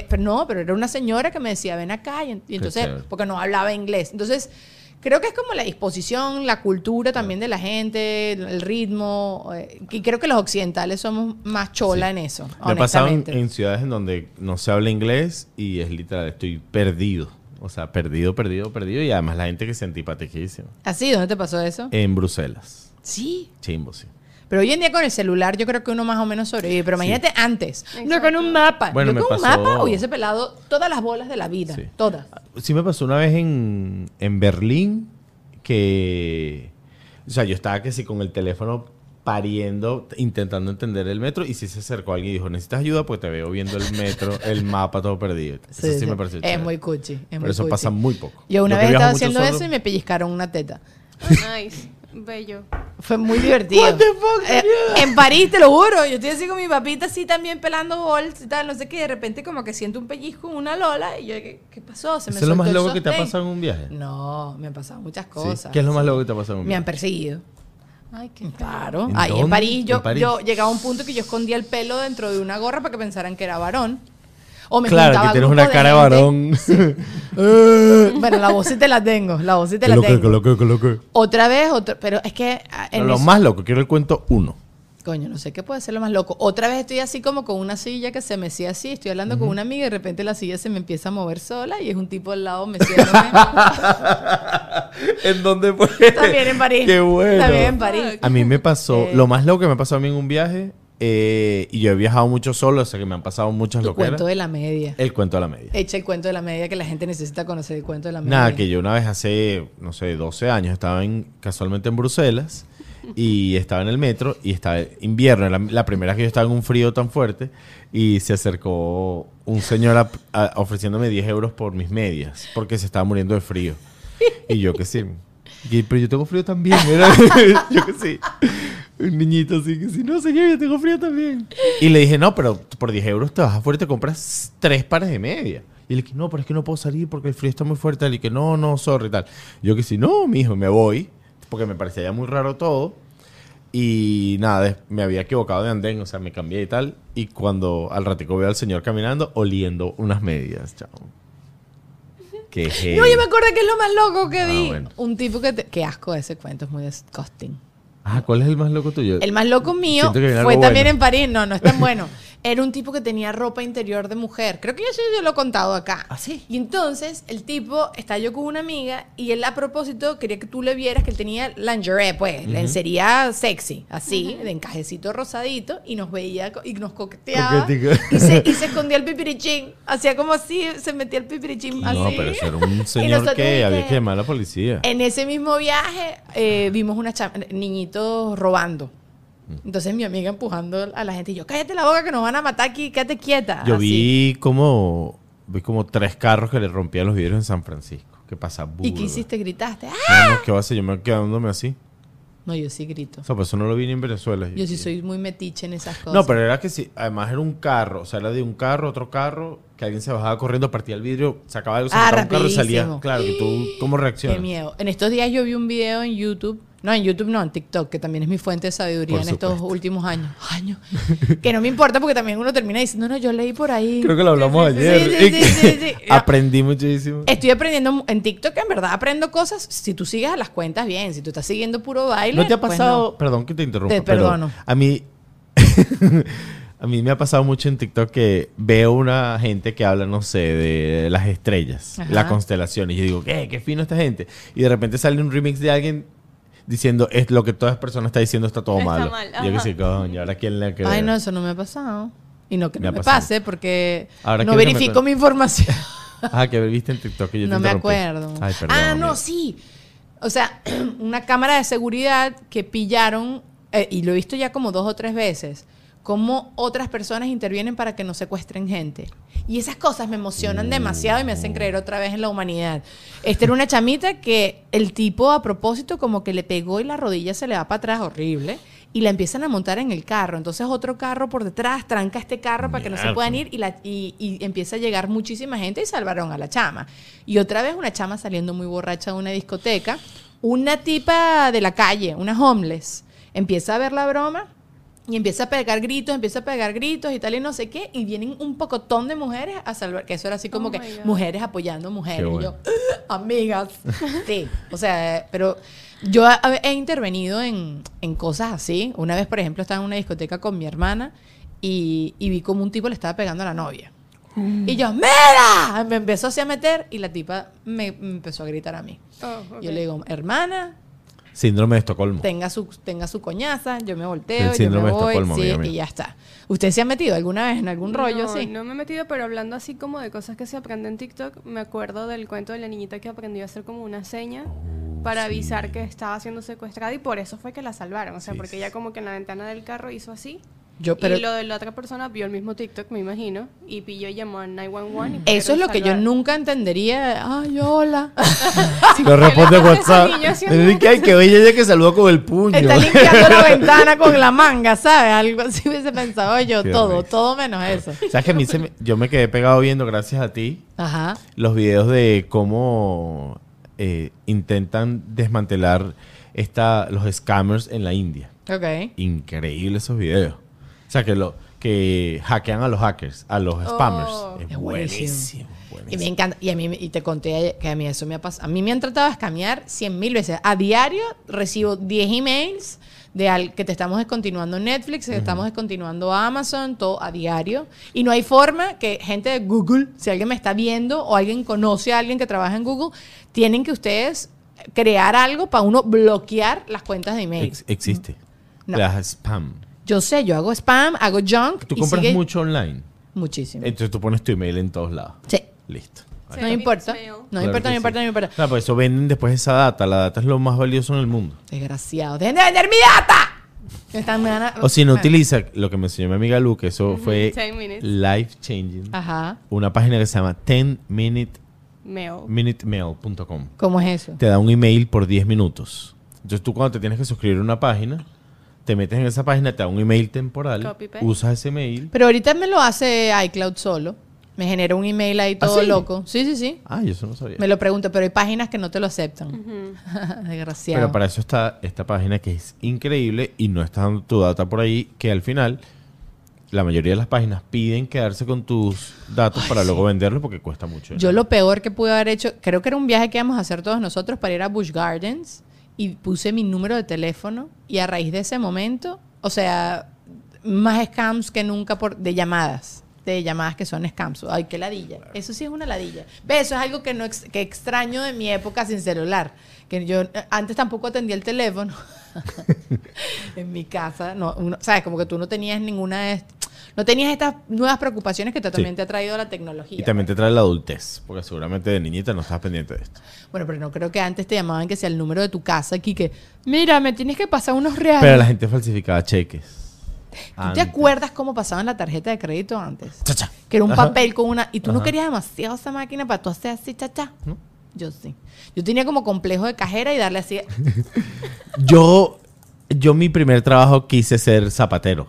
era una señora que me decía, ven acá, y entonces, porque no hablaba inglés. Entonces, creo que es como la disposición, la cultura también de la gente, el ritmo, y creo que los occidentales somos más chola en eso, Me ha pasado honestamente. en ciudades en donde no se habla inglés y es literal, estoy perdido. O sea, perdido. Y además la gente que se antipatiquísima. ¿Así? ¿Dónde te pasó eso? En Bruselas. Sí. Chimbo, sí. Pero hoy en día con el celular yo creo que uno más o menos sobrevive. Pero imagínate antes. Exacto. No con un mapa. Bueno, yo me con un pasó- mapa hubiese pelado todas las bolas de la vida. Sí. Todas. Sí me pasó una vez en Berlín que... O sea, yo estaba que sí con el teléfono pariendo, intentando entender el metro, y sí se acercó alguien y dijo, ¿necesitas ayuda? Pues te veo viendo el metro, el mapa todo perdido. Eso sí me pareció Es chévere. muy cuchi. Pero eso pasa muy poco. Yo una Yo que vez viajo estaba mucho haciendo solo- eso y me pellizcaron una teta. Nice. Bello. Fue muy divertido. What the fuck, En París, te lo juro. Yo estoy así con mi papita así también pelando bols y tal, no sé qué. Y de repente como que siento un pellizco en una lola y yo, ¿qué pasó? Se me ¿Eso es lo más soltó el loco que te ha sostén. pasado en un viaje? No, me han pasado muchas Sí. cosas. ¿Qué es lo más sí. loco que te ha pasado en un Me han viaje? perseguido. Ay, qué Claro. ¿En Ahí en dónde? París, ¿En París? yo llegaba a un punto que yo escondía el pelo dentro de una gorra para que pensaran que era varón. O me Claro, juntaba que tienes grupo una cara de gente. varón. Bueno, la voz sí te la tengo. La voz sí te Que la lo que, tengo. que lo que, que lo que. Otra vez, pero es que... Pero lo más loco, quiero el cuento 1. Coño, no sé qué puede ser lo más loco. Otra vez estoy así como con una silla que se mecía así. Estoy hablando con una amiga y de repente la silla se me empieza a mover sola y es un tipo al lado meciéndome. ¿En dónde fue? También en París. Qué bueno. También en París. A mí me pasó, lo más loco que me pasó a mí en un viaje, y yo he viajado mucho solo, o sea que me han pasado muchas Tu locuras. cuento de la media. El cuento de la media. Echa el cuento de la media que la gente necesita conocer el cuento de la media. Nada, que yo una vez hace, no sé, 12 años estaba casualmente en Bruselas y estaba en el metro y estaba invierno, era la primera vez que yo estaba en un frío tan fuerte y se acercó un señor ofreciéndome 10 euros por mis medias porque se estaba muriendo de frío. Y yo que sí. Pero yo tengo frío también. Yo que sí. Un niñito así que sí. No, señor, yo tengo frío también. Y le dije, no, pero por 10 euros te vas afuera y te compras 3 pares de media. Y le dije, no, pero es que no puedo salir porque el frío está muy fuerte. Y le dije, no, sorry, tal. Yo que sí, no, mijo, me voy. Porque me parecía ya muy raro todo. Y nada, me había equivocado de andén. O sea, me cambié y tal. Y cuando al ratico veo al señor caminando, oliendo unas medias. Chao. Qué heavy. No, yo me acuerdo que es lo más loco que vi. Bueno. Un tipo que... Qué asco ese cuento, es muy disgusting. ¿Cuál es el más loco tuyo? El más loco mío Siento que viene fue algo también bueno. en París. No es tan bueno. Era un tipo que tenía ropa interior de mujer. Creo que yo lo he contado acá. ¿Ah, sí? Y entonces el tipo, estaba yo con una amiga y él a propósito quería que tú le vieras que él tenía lingerie, pues, lencería sexy, así, de encajecito rosadito, y nos veía y nos coqueteaba. Coquetica. Y se escondía el pipirichín. Hacía como así, se metía el pipirichín así. No, pero eso era un Y señor nosotros que había dije- que llamar a la policía. En ese mismo viaje vimos unos niñitos robando. Entonces mi amiga empujando a la gente y yo, cállate la boca que nos van a matar aquí, quédate quieta. Yo Así. vi como 3 carros que le rompían los vidrios en San Francisco. ¿Qué pasa? ¿Y qué hiciste? ¿Gritaste? ¡Ah! No, ¿qué va a hacer? Yo me quedándome así. No, yo sí grito. O sea, pues eso no lo vi ni en Venezuela. Yo sí soy muy metiche en esas cosas. No, pero era que sí. Además era un carro. O sea, era de un carro, otro carro, que alguien se bajaba corriendo, partía el vidrio, sacaba algo, se metía un carro y salía. rapidísimo. Claro, que tú, ¿cómo Qué reaccionas? miedo. En estos días yo vi un video en YouTube. No, en TikTok, que también es mi fuente de sabiduría Por en estos supuesto. últimos años. Que no me importa porque también uno termina diciendo, no, yo leí por ahí. Creo que lo hablamos Sí, ayer. sí. Aprendí muchísimo. Estoy aprendiendo en TikTok, en verdad aprendo cosas. Si tú sigues a las cuentas bien, si tú estás siguiendo puro baile. ¿No te ha pues pasado? no. Perdón que te interrumpa. Te pero perdono. A mí. A mí me ha pasado mucho en TikTok que veo una gente que habla, no sé, de las estrellas, Ajá. las constelaciones. Y yo digo, qué fino esta gente. Y de repente sale un remix de alguien diciendo, es lo que todas las personas están diciendo está todo Está malo. mal, Y yo que ajá. sí, coño, ahora quién le cree. Ay, no, eso no me ha pasado. Y no que Me no ha me pasado. pase porque Ahora no quiero que me verifico cuentes. mi información. Que viste en TikTok que yo te No me interrumpí. acuerdo. Ay, perdón. no, amigo. sí. O sea, una cámara de seguridad que pillaron, y lo he visto ya como 2 o 3 veces, cómo otras personas intervienen para que no secuestren gente. Y esas cosas me emocionan demasiado y me hacen creer otra vez en la humanidad. Esta era una chamita que el tipo a propósito como que le pegó y la rodilla se le va para atrás, horrible, y la empiezan a montar en el carro. Entonces otro carro por detrás tranca este carro para que no se Mierda. puedan ir y empieza a llegar muchísima gente y salvaron a la chama. Y otra vez una chama saliendo muy borracha de una discoteca, una tipa de la calle, una homeless, empieza a ver la broma y empieza a pegar gritos y tal y no sé qué, y vienen un pocotón de mujeres a salvar, que eso era así como Oh que my God. mujeres apoyando mujeres. Qué Y bueno. yo, amigas. Sí, o sea, pero yo he intervenido en cosas así. Una vez, por ejemplo, estaba en una discoteca con mi hermana y vi como un tipo le estaba pegando a la novia. Y yo, ¡mira! Me empezó así a meter y la tipa me empezó a gritar a mí. Oh, ok. Yo le digo, hermana, Síndrome de Estocolmo. tenga su coñaza, yo me volteo, El yo me síndrome de voy, Estocolmo, sí, amiga mía. y ya está. ¿Usted se ha metido alguna vez en algún rollo No, así? No me he metido, pero hablando así como de cosas que se aprenden en TikTok, me acuerdo del cuento de la niñita que aprendió a hacer como una seña para avisar que estaba siendo secuestrada y por eso fue que la salvaron. O sea, Sí, porque sí. ella como que en la ventana del carro hizo así. Pero y lo de la otra persona vio el mismo TikTok, me imagino, y pilló y llamó a 911. y eso es pudieron lo que yo salvar. nunca entendería. Ay, hola. Lo responde ¿Qué le pasa a WhatsApp. esa niña haciendo Me dice que ay, que bella ella que saludó con el puño. Está limpiando la ventana con la manga, ¿sabes? Algo así hubiese pensado yo. Qué Todo, risa. todo menos eso. ¿Sabes que a mí yo me quedé pegado viendo, gracias a ti, Ajá. los videos de cómo intentan desmantelar los scammers en la India? Ok. Increíble esos videos. O sea, que que hackean a los hackers, a los spammers. Es Es buenísimo. Y me encanta. Y a mí, y te conté que a mí eso me ha pasado. A mí me han tratado de escamear 100.000 veces. A diario recibo 10 emails que te estamos descontinuando Netflix, que te estamos descontinuando Amazon, todo a diario. Y no hay forma que gente de Google, si alguien me está viendo o alguien conoce a alguien que trabaja en Google, tienen que ustedes crear algo para uno bloquear las cuentas de email. Existe. No. Las spam. Yo sé, yo hago spam, hago junk. Tú y compras sigue mucho online. muchísimo. Entonces tú pones tu email en todos lados. Sí. Listo. Sí. No me importa. Mail. No me Claro importa, que no me importa, sí. no me importa. Claro, pues eso venden después esa data. La data es lo más valioso en el mundo. Desgraciado. ¡Dejen de vender mi data! O si no utiliza lo que me enseñó mi amiga Lu, que eso fue 10 minutes. life changing. Ajá. Una página que se llama 10minutemail.com. Mail. ¿Cómo es eso? Te da un email por 10 minutos. Entonces tú cuando te tienes que suscribir a una página, te metes en esa página, te da un email temporal, Copy paste. usas ese email. Pero ahorita me lo hace iCloud solo. Me genera un email ahí todo ¿Ah, sí? loco. Sí, sí, sí. Ah, yo eso no sabía. Me lo pregunto, pero hay páginas que no te lo aceptan. Desgraciado. Pero para eso está esta página que es increíble y no está dando tu data por ahí, que al final la mayoría de las páginas piden quedarse con tus datos para luego venderlos porque cuesta mucho. Yo lo peor que pude haber hecho, creo que era un viaje que íbamos a hacer todos nosotros para ir a Busch Gardens y puse mi número de teléfono y a raíz de ese momento, o sea, más scams que nunca de llamadas que son scams. Ay, qué ladilla. Eso sí es una ladilla. ¿Ves? Eso es algo que que extraño de mi época sin celular. Que yo antes tampoco atendía el teléfono. En mi casa. No, ¿sabes? Como que tú no tenías no tenías estas nuevas preocupaciones que también te ha traído la tecnología. Y también te trae la adultez, porque seguramente de niñita no estabas pendiente de esto. Bueno, pero no creo que antes te llamaban que sea el número de tu casa aquí que, mira, me tienes que pasar unos reales. Pero la gente falsificaba cheques. ¿Tú te acuerdas cómo pasaban la tarjeta de crédito antes? Chacha. Que era un Ajá. papel con una... Y tú no Ajá. querías demasiado esa máquina para tú hacer así, chacha. ¿No? Yo sí. Yo tenía como complejo de cajera y darle así... Yo mi primer trabajo quise ser zapatero.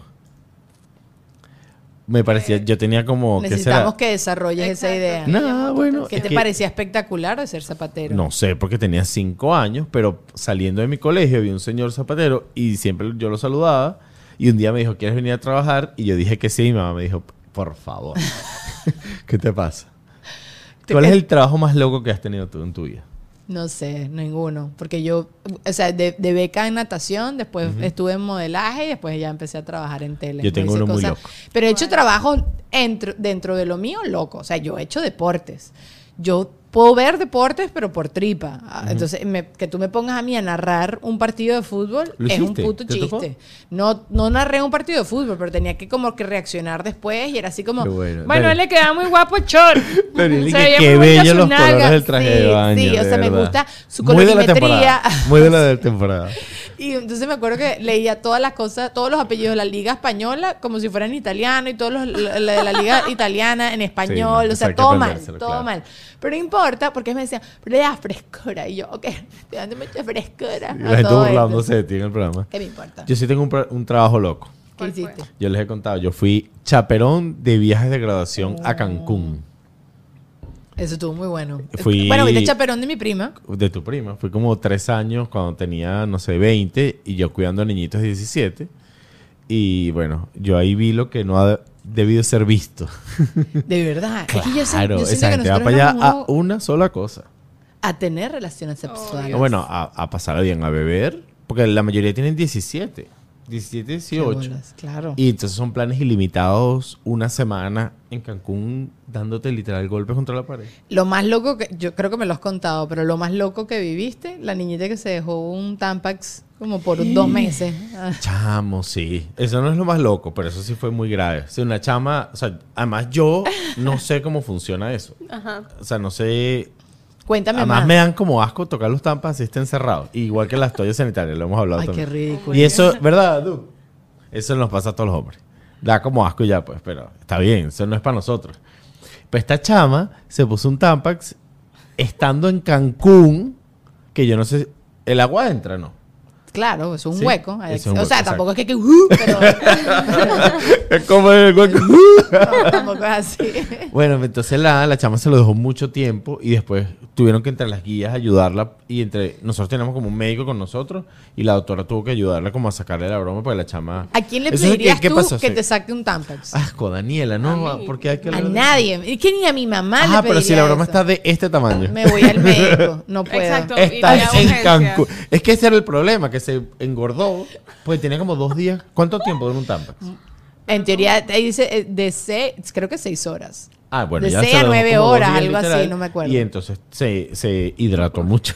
Me parecía, yo tenía como... ¿qué será? Necesitamos que desarrolles esa Exacto. idea. No, bueno. ¿Qué es te que- parecía espectacular de ser zapatero? No sé, porque tenía 5 años, pero saliendo de mi colegio había un señor zapatero y siempre yo lo saludaba. Y un día me dijo, ¿quieres venir a trabajar? Y yo dije que sí. Y mi mamá me dijo, por favor. ¿Qué te pasa? ¿Cuál es el trabajo más loco que has tenido tú en tu vida? No sé, ninguno. Porque yo, o sea, de beca en natación, después estuve en modelaje y después ya empecé a trabajar en tele. Yo tengo hice uno muy cosas. loco. Pero he hecho trabajos dentro de lo mío loco. O sea, yo he hecho deportes. Yo puedo ver deportes, pero por tripa. Entonces, que tú me pongas a mí a narrar un partido de fútbol ¿Lo es un hiciste? puto ¿Te tocó? chiste. No narré un partido de fútbol, pero tenía que como que reaccionar después y era así como... Qué bueno. Bueno, Dale. él le quedaba muy guapo el short. Dale, Se veía qué muy bonita bello su los colores nalga. del traje de baño. Sí, o de sea, me verdad. gusta su Muy de la colorimetría. temporada. Muy de la de temporada. Y entonces me acuerdo que leía todas las cosas, todos los apellidos de la Liga Española como si fueran italiano y todos los la de la Liga Italiana en español. no, o sea, hay que todo mal, aprendérselo, todo claro. mal. Pero no importa, porque me decían, pero le das frescura. Y yo, ok, te dando mucha frescura. Y a la gente todo burlándose esto. de ti en el programa. ¿Qué me importa? Yo sí tengo un trabajo loco. ¿Qué ¿Cuál fue? hiciste? Yo les he contado. Yo fui chaperón de viajes de graduación a Cancún. Eso estuvo muy bueno. Fui- Bueno, viste chaperón de mi prima. De tu prima. Fui como 3 años cuando tenía, no sé, 20 y yo cuidando a niñitos de 17. Y bueno, yo ahí vi lo que no ha debido ser visto. De verdad. Es que yo Claro, siento esa que gente va nosotros para allá éramos a una sola cosa. a tener relaciones sexuales. Bueno, a pasar bien, a beber. Porque la mayoría tienen 17, 17, Qué 18. bolas, claro. Y entonces son planes ilimitados, una semana en Cancún dándote literal golpes contra la pared. Lo más loco que, yo creo que me lo has contado, pero lo más loco que viviste, la niñita que se dejó un Tampax como por 2 meses. Ah, Chamo, sí. Eso no es lo más loco, pero eso sí fue muy grave. O sea, una chama, o sea, además yo no sé cómo funciona eso. Ajá. O sea, no sé. Cuéntame Además más. me dan como asco tocar los tampas si estén cerrados. Igual que las toallas sanitarias, lo hemos hablado Ay, también. qué ridículo. Y eso, ¿verdad, Du? Eso nos pasa a todos los hombres. Da como asco ya, pues, pero está bien, eso no es para nosotros. Pues esta chama se puso un Tampax estando en Cancún, que yo no sé, el agua entra, ¿no? Claro, es un Sí, hueco. es un O hueco, sea, exacto. tampoco es que pero Es como el hueco. no, tampoco así. Bueno, entonces la chama se lo dejó mucho tiempo y después tuvieron que entre las guías ayudarla y entre nosotros teníamos como un médico con nosotros y la doctora tuvo que ayudarla como a sacarle la broma porque la chama... ¿A quién le Eso, pedirías ¿qué tú pasó? que Sí. te saque un Tampax? Asco, Daniela, ¿no? Porque hay que A hablar de- nadie. Es que ni a mi mamá le Ajá, pediría pero si la broma eso. está de este tamaño. Me voy al médico. No puedo. Exacto. Está Ir a en urgencias. Cancún. Es que ese era el problema, que se engordó. Pues tenía como 2 días. ¿Cuánto tiempo dura un Tampax? En teoría, ahí dice de 6, creo que 6 horas. Ah, bueno, De ya 6 se a lo dejó 9 como 2 horas, días, algo así, literal, no me acuerdo. Y entonces se hidrató mucho.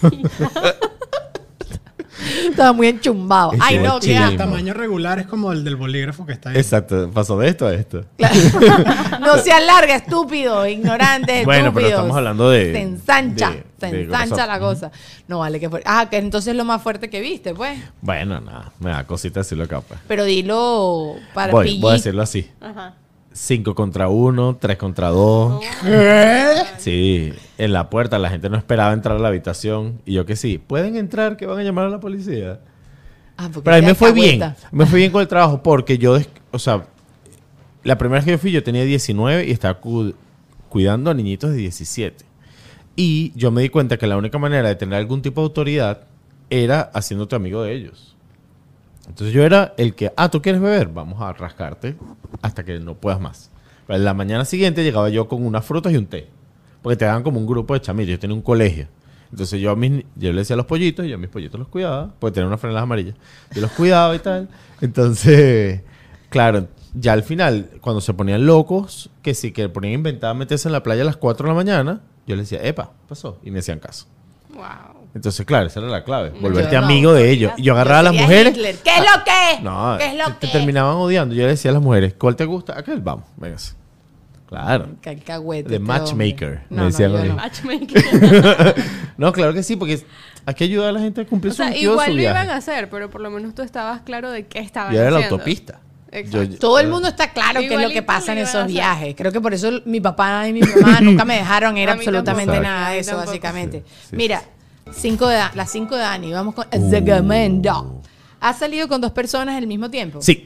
Estaba muy enchumbado. Ese Ay, era no, chile. qué El asco. tamaño regular es como el del bolígrafo que está ahí. Exacto, pasó de esto a esto. Claro. No se alarga, estúpido, ignorante, Bueno, estúpido. pero estamos hablando de... Se ensancha, de se ensancha grosor. la cosa. No vale que fuerte. Ah, que entonces es lo más fuerte que viste, pues. Bueno, nada, me da cosita decirlo acá, pues. Pero dilo para Voy a PG. decirlo así. Ajá. 5 contra 1, 3 contra 2. Sí, en la puerta la gente no esperaba entrar a la habitación. Y yo que sí, pueden entrar, que van a llamar a la policía. Ah, porque Pero a mí te me fue bien. alcahueta. Me fue bien con el trabajo porque yo, o sea, la primera vez que yo fui yo tenía 19 y estaba cuidando a niñitos de 17. Y yo me di cuenta que la única manera de tener algún tipo de autoridad era haciéndote amigo de ellos. Entonces yo era el que, ¿tú quieres beber? Vamos a rascarte hasta que no puedas más. Pero en la mañana siguiente llegaba yo con unas frutas y un té. Porque te daban como un grupo de chamitos. Yo tenía un colegio. Entonces yo le decía a los pollitos, yo a mis pollitos los cuidaba, porque tenía unas franelas amarillas. Yo los cuidaba y tal. Entonces, claro, ya al final, cuando se ponían locos, que sí, que ponían inventadas meterse en la playa a las 4 de la mañana, yo les decía, epa, pasó. Y me hacían caso. Wow. Entonces, claro, esa era la clave. Volverte Yo no. amigo de ellos. Y yo agarraba a las Sería mujeres. Hitler. ¿Qué es lo que? No, ¿Qué es lo te que? terminaban odiando. Yo le decía a las mujeres, ¿cuál te gusta? Aquel, vamos, véngase. Claro. Qué alcahuete De este matchmaker, hombre. me No, decían no, a yo mí. no. Matchmaking. No, claro que sí, porque hay que ayudar a la gente a cumplir O sea, su objetivo de igual su lo viaje. iban a hacer, pero por lo menos tú estabas claro de qué estaban Y era la haciendo. autopista. Exacto. Todo el mundo está claro qué es lo que Igualito pasa en lo iban a esos hacer. viajes. Creo que por eso mi papá y mi mamá nunca me dejaron ir A mí absolutamente tampoco. nada A de mí eso, tampoco. básicamente. Sí, sí, Mira, las 5 de Dani, vamos con el segmento. ¿Has salido con 2 personas al mismo tiempo? Sí.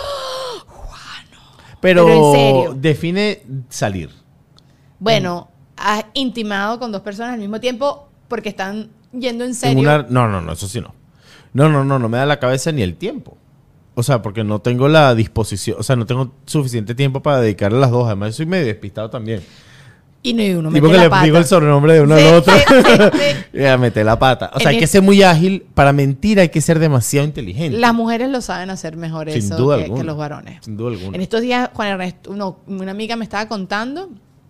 Pero en Pero serio. define salir. Bueno, has intimado con 2 personas al mismo tiempo porque están yendo en En serio. No, eso sí no. No me da la cabeza ni el tiempo. O sea, porque no tengo la disposición, o sea, no tengo suficiente tiempo para dedicarle a las 2. Además, yo soy medio despistado también. Y no, y uno Tipo mete que la le pata. digo el sobrenombre de uno Sí, al otro. sí, sí. Ya meté la pata. O sea, En hay que el- ser muy ágil. Para mentir hay que ser demasiado inteligente. Las mujeres lo saben hacer mejor Sin eso duda que alguna. los varones. Sin duda alguna. En estos días, Juan Ernesto, una amiga me estaba contando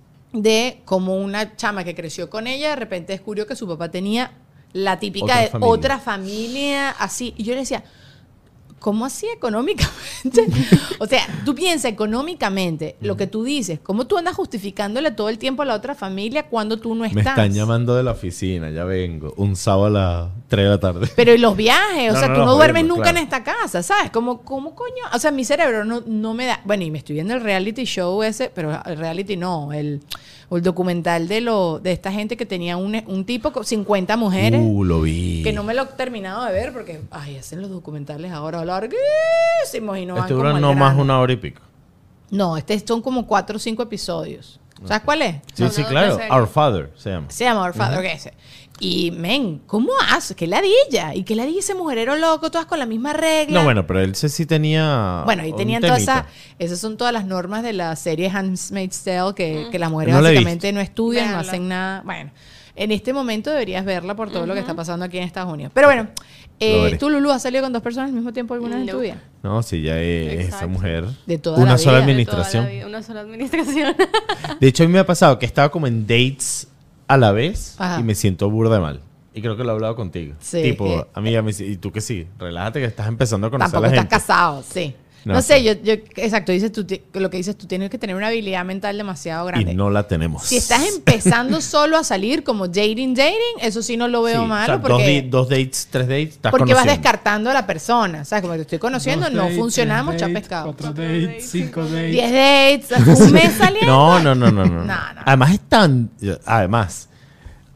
de cómo una chama que creció con ella de repente descubrió que su papá tenía la típica Otra de familia. otra familia así. Y yo le decía, ¿cómo así económicamente? O sea, tú piensas económicamente lo que tú dices. ¿Cómo tú andas justificándole todo el tiempo a la otra familia cuando tú no estás? Me están llamando de la oficina, ya vengo. Un sábado a las 3 de la tarde. Pero y los viajes, o No, sea, no, tú no, no duermes jodiendo, nunca claro. en esta casa, ¿sabes? ¿Cómo coño? O sea, mi cerebro no me da... Bueno, y me estoy viendo el reality show ese, pero el reality no, el documental de esta gente que tenía un tipo con 50 mujeres, Lo vi. que no me lo he terminado de ver porque, hacen los documentales ahora larguísimos y no van Este como dura al no más grano. 1 hora y pico. No, son como 4 o 5 episodios. ¿Sabes cuál es? Sí, No, sí, no, claro. de serie. Our Father se llama. Se llama Our Father, ok, ese. Y, ¿cómo haces? ¿Qué ladilla? ¿Y qué ladilla ese mujerero loco? Todas con la misma regla. No, bueno, pero él sí tenía. Bueno, y un tenían todas temita. esas son todas las normas de la serie Handmaid's Tale que las mujeres No la he básicamente no estudian, no Véanla. hacen nada. Bueno, en este momento deberías verla por todo lo que está pasando aquí en Estados Unidos. Pero bueno, Lo veré. ¿tú, Lulu, has salido con 2 personas al mismo tiempo alguna vez en tu No. vida? No, sí, ya es esa Exacto. mujer. De toda Una la sola vida. De toda la administración. vida, una sola administración. De hecho, a mí me ha pasado que estaba como en dates a la vez Ajá. y me siento burda de mal. Y creo que lo he hablado contigo. Sí, Tipo, que- amiga, y tú que sí, relájate que estás empezando a conocer Tampoco a la estás gente. casado, sí. No, No, sé, sí. yo exacto, dices tú, lo que dices tú tienes que tener una habilidad mental demasiado grande. Y no la tenemos. Si estás empezando solo a salir como dating, eso sí no lo veo Sí, malo o sea, porque... 2 dates, 3 dates, estás Porque vas conociendo. descartando a la persona. ¿Sabes? Como te estoy conociendo, 2 no dates, funcionamos, 3 cha dates, pescado. 4 dates, 5 dates. 10 dates, un mes saliendo. No. No. Además están... Además,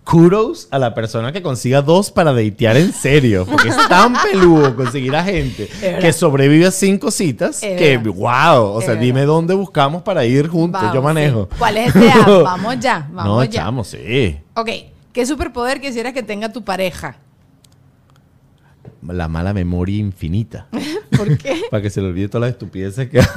kudos a la persona que consiga 2 para datear en serio. Porque es tan peludo conseguir a gente verdad. que sobrevive a 5 citas Es que, verdad. wow. O Es sea, verdad. dime dónde buscamos para ir juntos. Vamos, Yo manejo. sí. ¿Cuál es este app? Vamos ya, No, vamos ya. chamo, sí. Ok, ¿qué superpoder quisieras que tenga tu pareja? La mala memoria infinita. ¿Por qué? Para que se le olvide todas las estupideces que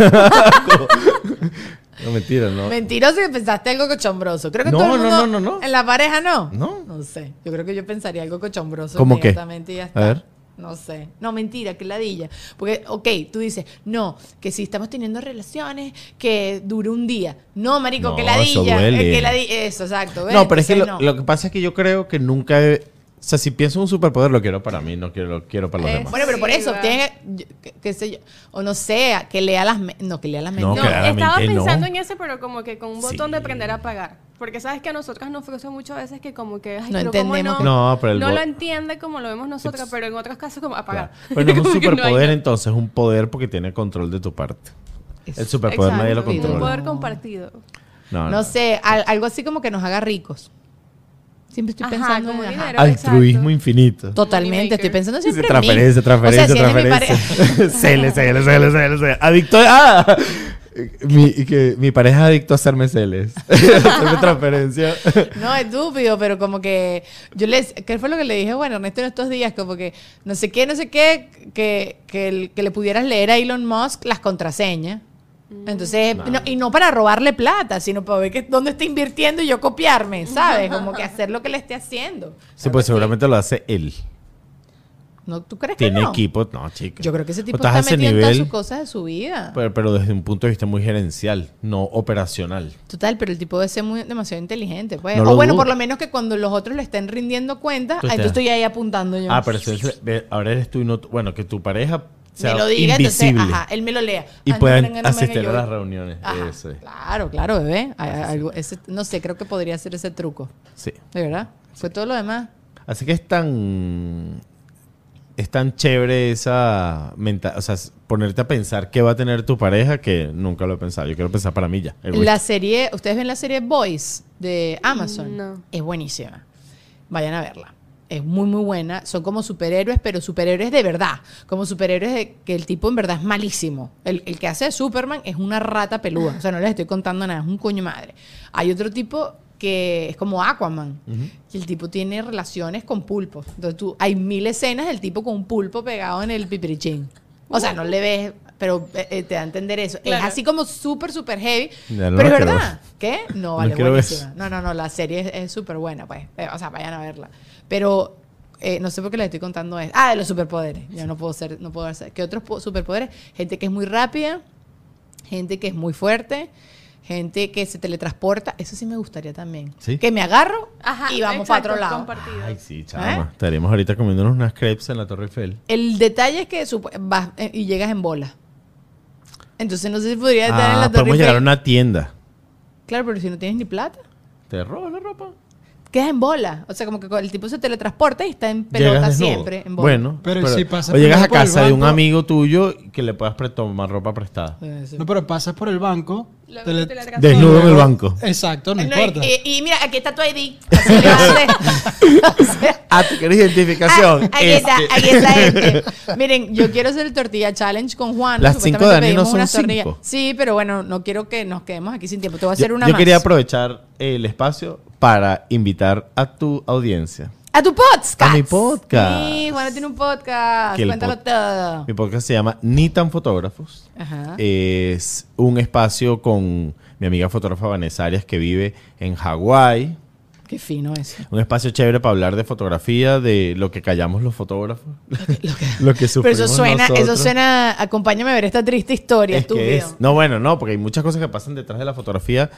No, mentira, no. Mentiroso que pensaste algo cochombroso. Creo que No, todo el no, mundo no. en la pareja no. No. No sé. Yo creo que yo pensaría algo cochombroso ¿Cómo qué? inmediatamente y ya está. A ver. No sé. No, mentira, que ladilla. Porque, ok, tú dices, no, que si estamos teniendo relaciones, que dure un día. No, marico, No, que eso ladilla. duele. Que ladilla. Eso, exacto. ¿ves? No, pero es que Entonces, lo que pasa es que yo creo que nunca o sea, si pienso en un superpoder, lo quiero para mí, no quiero, lo quiero para los demás. Bueno, pero por Sí, eso, va. tiene qué sé yo, o no sé, que lea las... No, que lea las mentes. No, No, claramente estaba no. pensando en ese, pero como que con un botón Sí. de aprender a apagar. Porque sabes que a nosotras nos frustra muchas veces que como que, ay, No pero como entendemos no, No, pero el no bot- lo entiende como lo vemos nosotras, pero en otros casos como apagar. Claro. Pero no es un Como que no hay superpoder, nada. entonces es un poder porque tiene control de tu parte. El superpoder nadie lo Exacto, un controla. poder compartido. No sé, algo así como que nos haga ricos. Siempre estoy Ajá, pensando como en... ajá. dinero. Altruismo Exacto. infinito. Totalmente, Moneymaker. estoy pensando siempre Dice, en mí. transferencia, O sea, si eres mi pareja- Cele. Adicto a... mi pareja es adicto a hacerme celes. Hacerme transferencia. No, estúpido, pero como que yo ¿qué fue lo que le dije? Bueno, Ernesto en estos días, como que no sé qué, que le pudieras leer a Elon Musk las contraseñas. Entonces, y no para robarle plata, sino para ver dónde está invirtiendo y yo copiarme, ¿sabes? Como que hacer lo que le esté haciendo. Sí, pues seguramente lo hace él. ¿No, ¿Tú crees que Tiene no? equipo. No, chica. Yo creo que ese tipo Estás a está ese metido en todas nivel, sus cosas de su vida. pero desde un punto de vista muy gerencial, no operacional. Total, pero el tipo debe ser demasiado inteligente, pues. No O lo bueno, dudo. por lo menos que cuando los otros le estén rindiendo cuenta, Tú entonces estás- estoy ahí apuntando yo. Ah, pero ahora eres tú y no... Bueno, que tu pareja sea me lo diga, invisible. entonces, ajá, él me lo lea. Y Ah, no, puedan venga, no, asistir venga, a yo las voy. reuniones. Ajá, Eso es. claro, bebé. No sé, creo que podría ser ese truco. Sí. ¿De verdad? Fue todo lo demás. Así que es tan chévere esa o sea, ponerte a pensar qué va a tener tu pareja que nunca lo he pensado. Yo quiero pensar para mí ya. La serie, ¿ustedes ven la serie Boys de Amazon? No. Es buenísima. Vayan a verla. Es muy, muy buena. Son como superhéroes, pero superhéroes de verdad. Como superhéroes que el tipo en verdad es malísimo. El que hace de Superman es una rata peluda. O sea, no les estoy contando nada. Es un coño madre. Hay otro tipo que es como Aquaman. Y el tipo tiene relaciones con pulpos. Entonces hay 1000 escenas del tipo con un pulpo pegado en el pipirichín. O sea, no le ves, pero te da a entender eso. Claro. Es así como súper, súper heavy. Ya no Pero la es quiero verdad. ¿Qué? No, vale, quiero ver buenísima. No, la serie es súper buena, pues. O sea, vayan a verla. Pero no sé por qué les estoy contando esto. Ah, de los superpoderes. Yo no puedo hacer. ¿Qué otros superpoderes? Gente que es muy rápida, gente que es muy fuerte, gente que se teletransporta. Eso sí me gustaría también. ¿Sí? Que me agarro Ajá, y vamos para exacto, otro lado. compartido. Ay, sí, chama. Estaríamos ahorita comiéndonos unas crepes en la Torre Eiffel. El detalle es que vas y llegas en bola. Entonces no sé si podría estar en la Torre podemos llegar a Eiffel. una tienda. Claro, pero si no tienes ni plata. Te robo la ropa. Quedas en bola. O sea, como que el tipo se teletransporta y está en Llegas pelota desnudo. siempre. En bola. Bueno, Pero si pasas o llegas a primero por el casa de un banco- amigo tuyo que le puedas tomar ropa prestada. No, pero pasas por el banco. Luego tele- te teletransportas. Desnudo en el banco. Exacto, no No, importa. y mira, aquí está tu ID. Así le vas a hacer. O sea, Ah, ¿tú quieres identificación? aquí está este. Miren, yo quiero hacer el tortilla challenge con Juan. Las 5 de Dani no son 5. Sí, pero bueno, no quiero que nos quedemos aquí sin tiempo. Te voy a hacer una Yo más. quería aprovechar el espacio para invitar a tu audiencia. A tu podcast. A mi podcast. Sí, Juan tiene un podcast. Que el Cuéntalo todo. Mi podcast se llama Ni tan fotógrafos. Ajá. Es un espacio con mi amiga fotógrafa Vanessa Arias que vive en Hawái. Qué fino eso. Un espacio chévere para hablar de fotografía, de lo que callamos los fotógrafos. Lo que Pero sufrimos eso nosotros. suena, acompáñame a ver esta triste historia, Es que estúpido. no, bueno, no, porque hay muchas cosas que pasan detrás de la fotografía.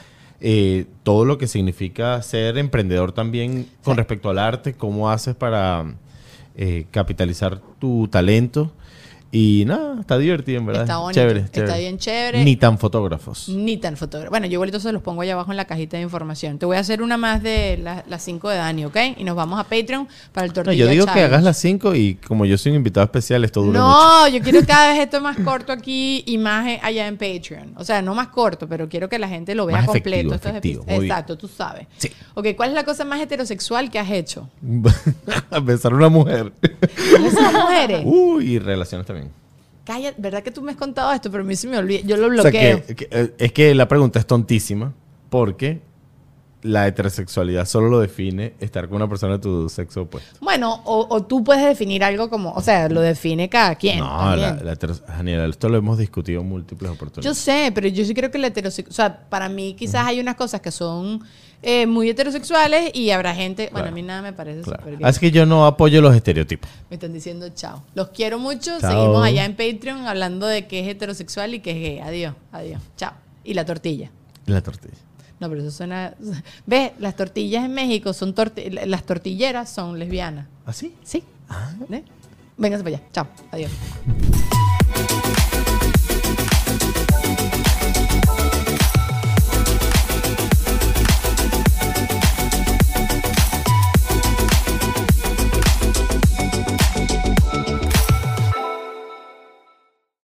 Todo lo que significa ser emprendedor también con respecto al arte, cómo haces para capitalizar tu talento. Y nada, está divertido, en verdad. Está bonito. Chévere, Está chévere. bien chévere. Ni tan fotógrafos. Ni tan fotógrafo. Bueno, yo igualito se los pongo allá abajo en la cajita de información. Te voy a hacer una más de las 5 de Dani, ¿ok? Y nos vamos a Patreon para el No, tortilla yo digo que challenge. hagas las 5 y como yo soy un invitado especial, esto dura mucho. No, yo quiero cada vez esto más corto aquí y más allá en Patreon. O sea, no más corto, pero quiero que la gente lo vea Más completo. efectivo, Estos efectivo, episodios. muy bien. Exacto, tú sabes. Sí. Ok, ¿cuál es la cosa más heterosexual que has hecho? A besar a una mujer. ¿Con esas mujeres? Y relaciones también. Calla, ¿verdad que tú me has contado esto? Pero a mí se me olvida. Yo lo O sea, bloqueo. es que la pregunta es tontísima porque la heterosexualidad solo lo define estar con una persona de tu sexo opuesto. Bueno, o tú puedes definir algo como, o sea, lo define cada quien. No, también. Daniela, esto lo hemos discutido en múltiples Yo oportunidades. sé, pero yo sí creo que la heterosexual, o sea, para mí quizás hay unas cosas que son muy heterosexuales y habrá gente, bueno, Claro. a mí nada me parece Claro. súper gay. Así que yo no apoyo los estereotipos. Me están diciendo chao. Los quiero mucho. Chao. Seguimos allá en Patreon hablando de qué es heterosexual y qué es gay. Adiós, adiós. Chao. Y la tortilla. La tortilla. No, pero eso suena... ¿Ves? Las tortillas en México son... Las tortilleras son lesbianas. ¿Así? ¿Sí? ¿Eh? Vénganse para allá. Chao. Adiós.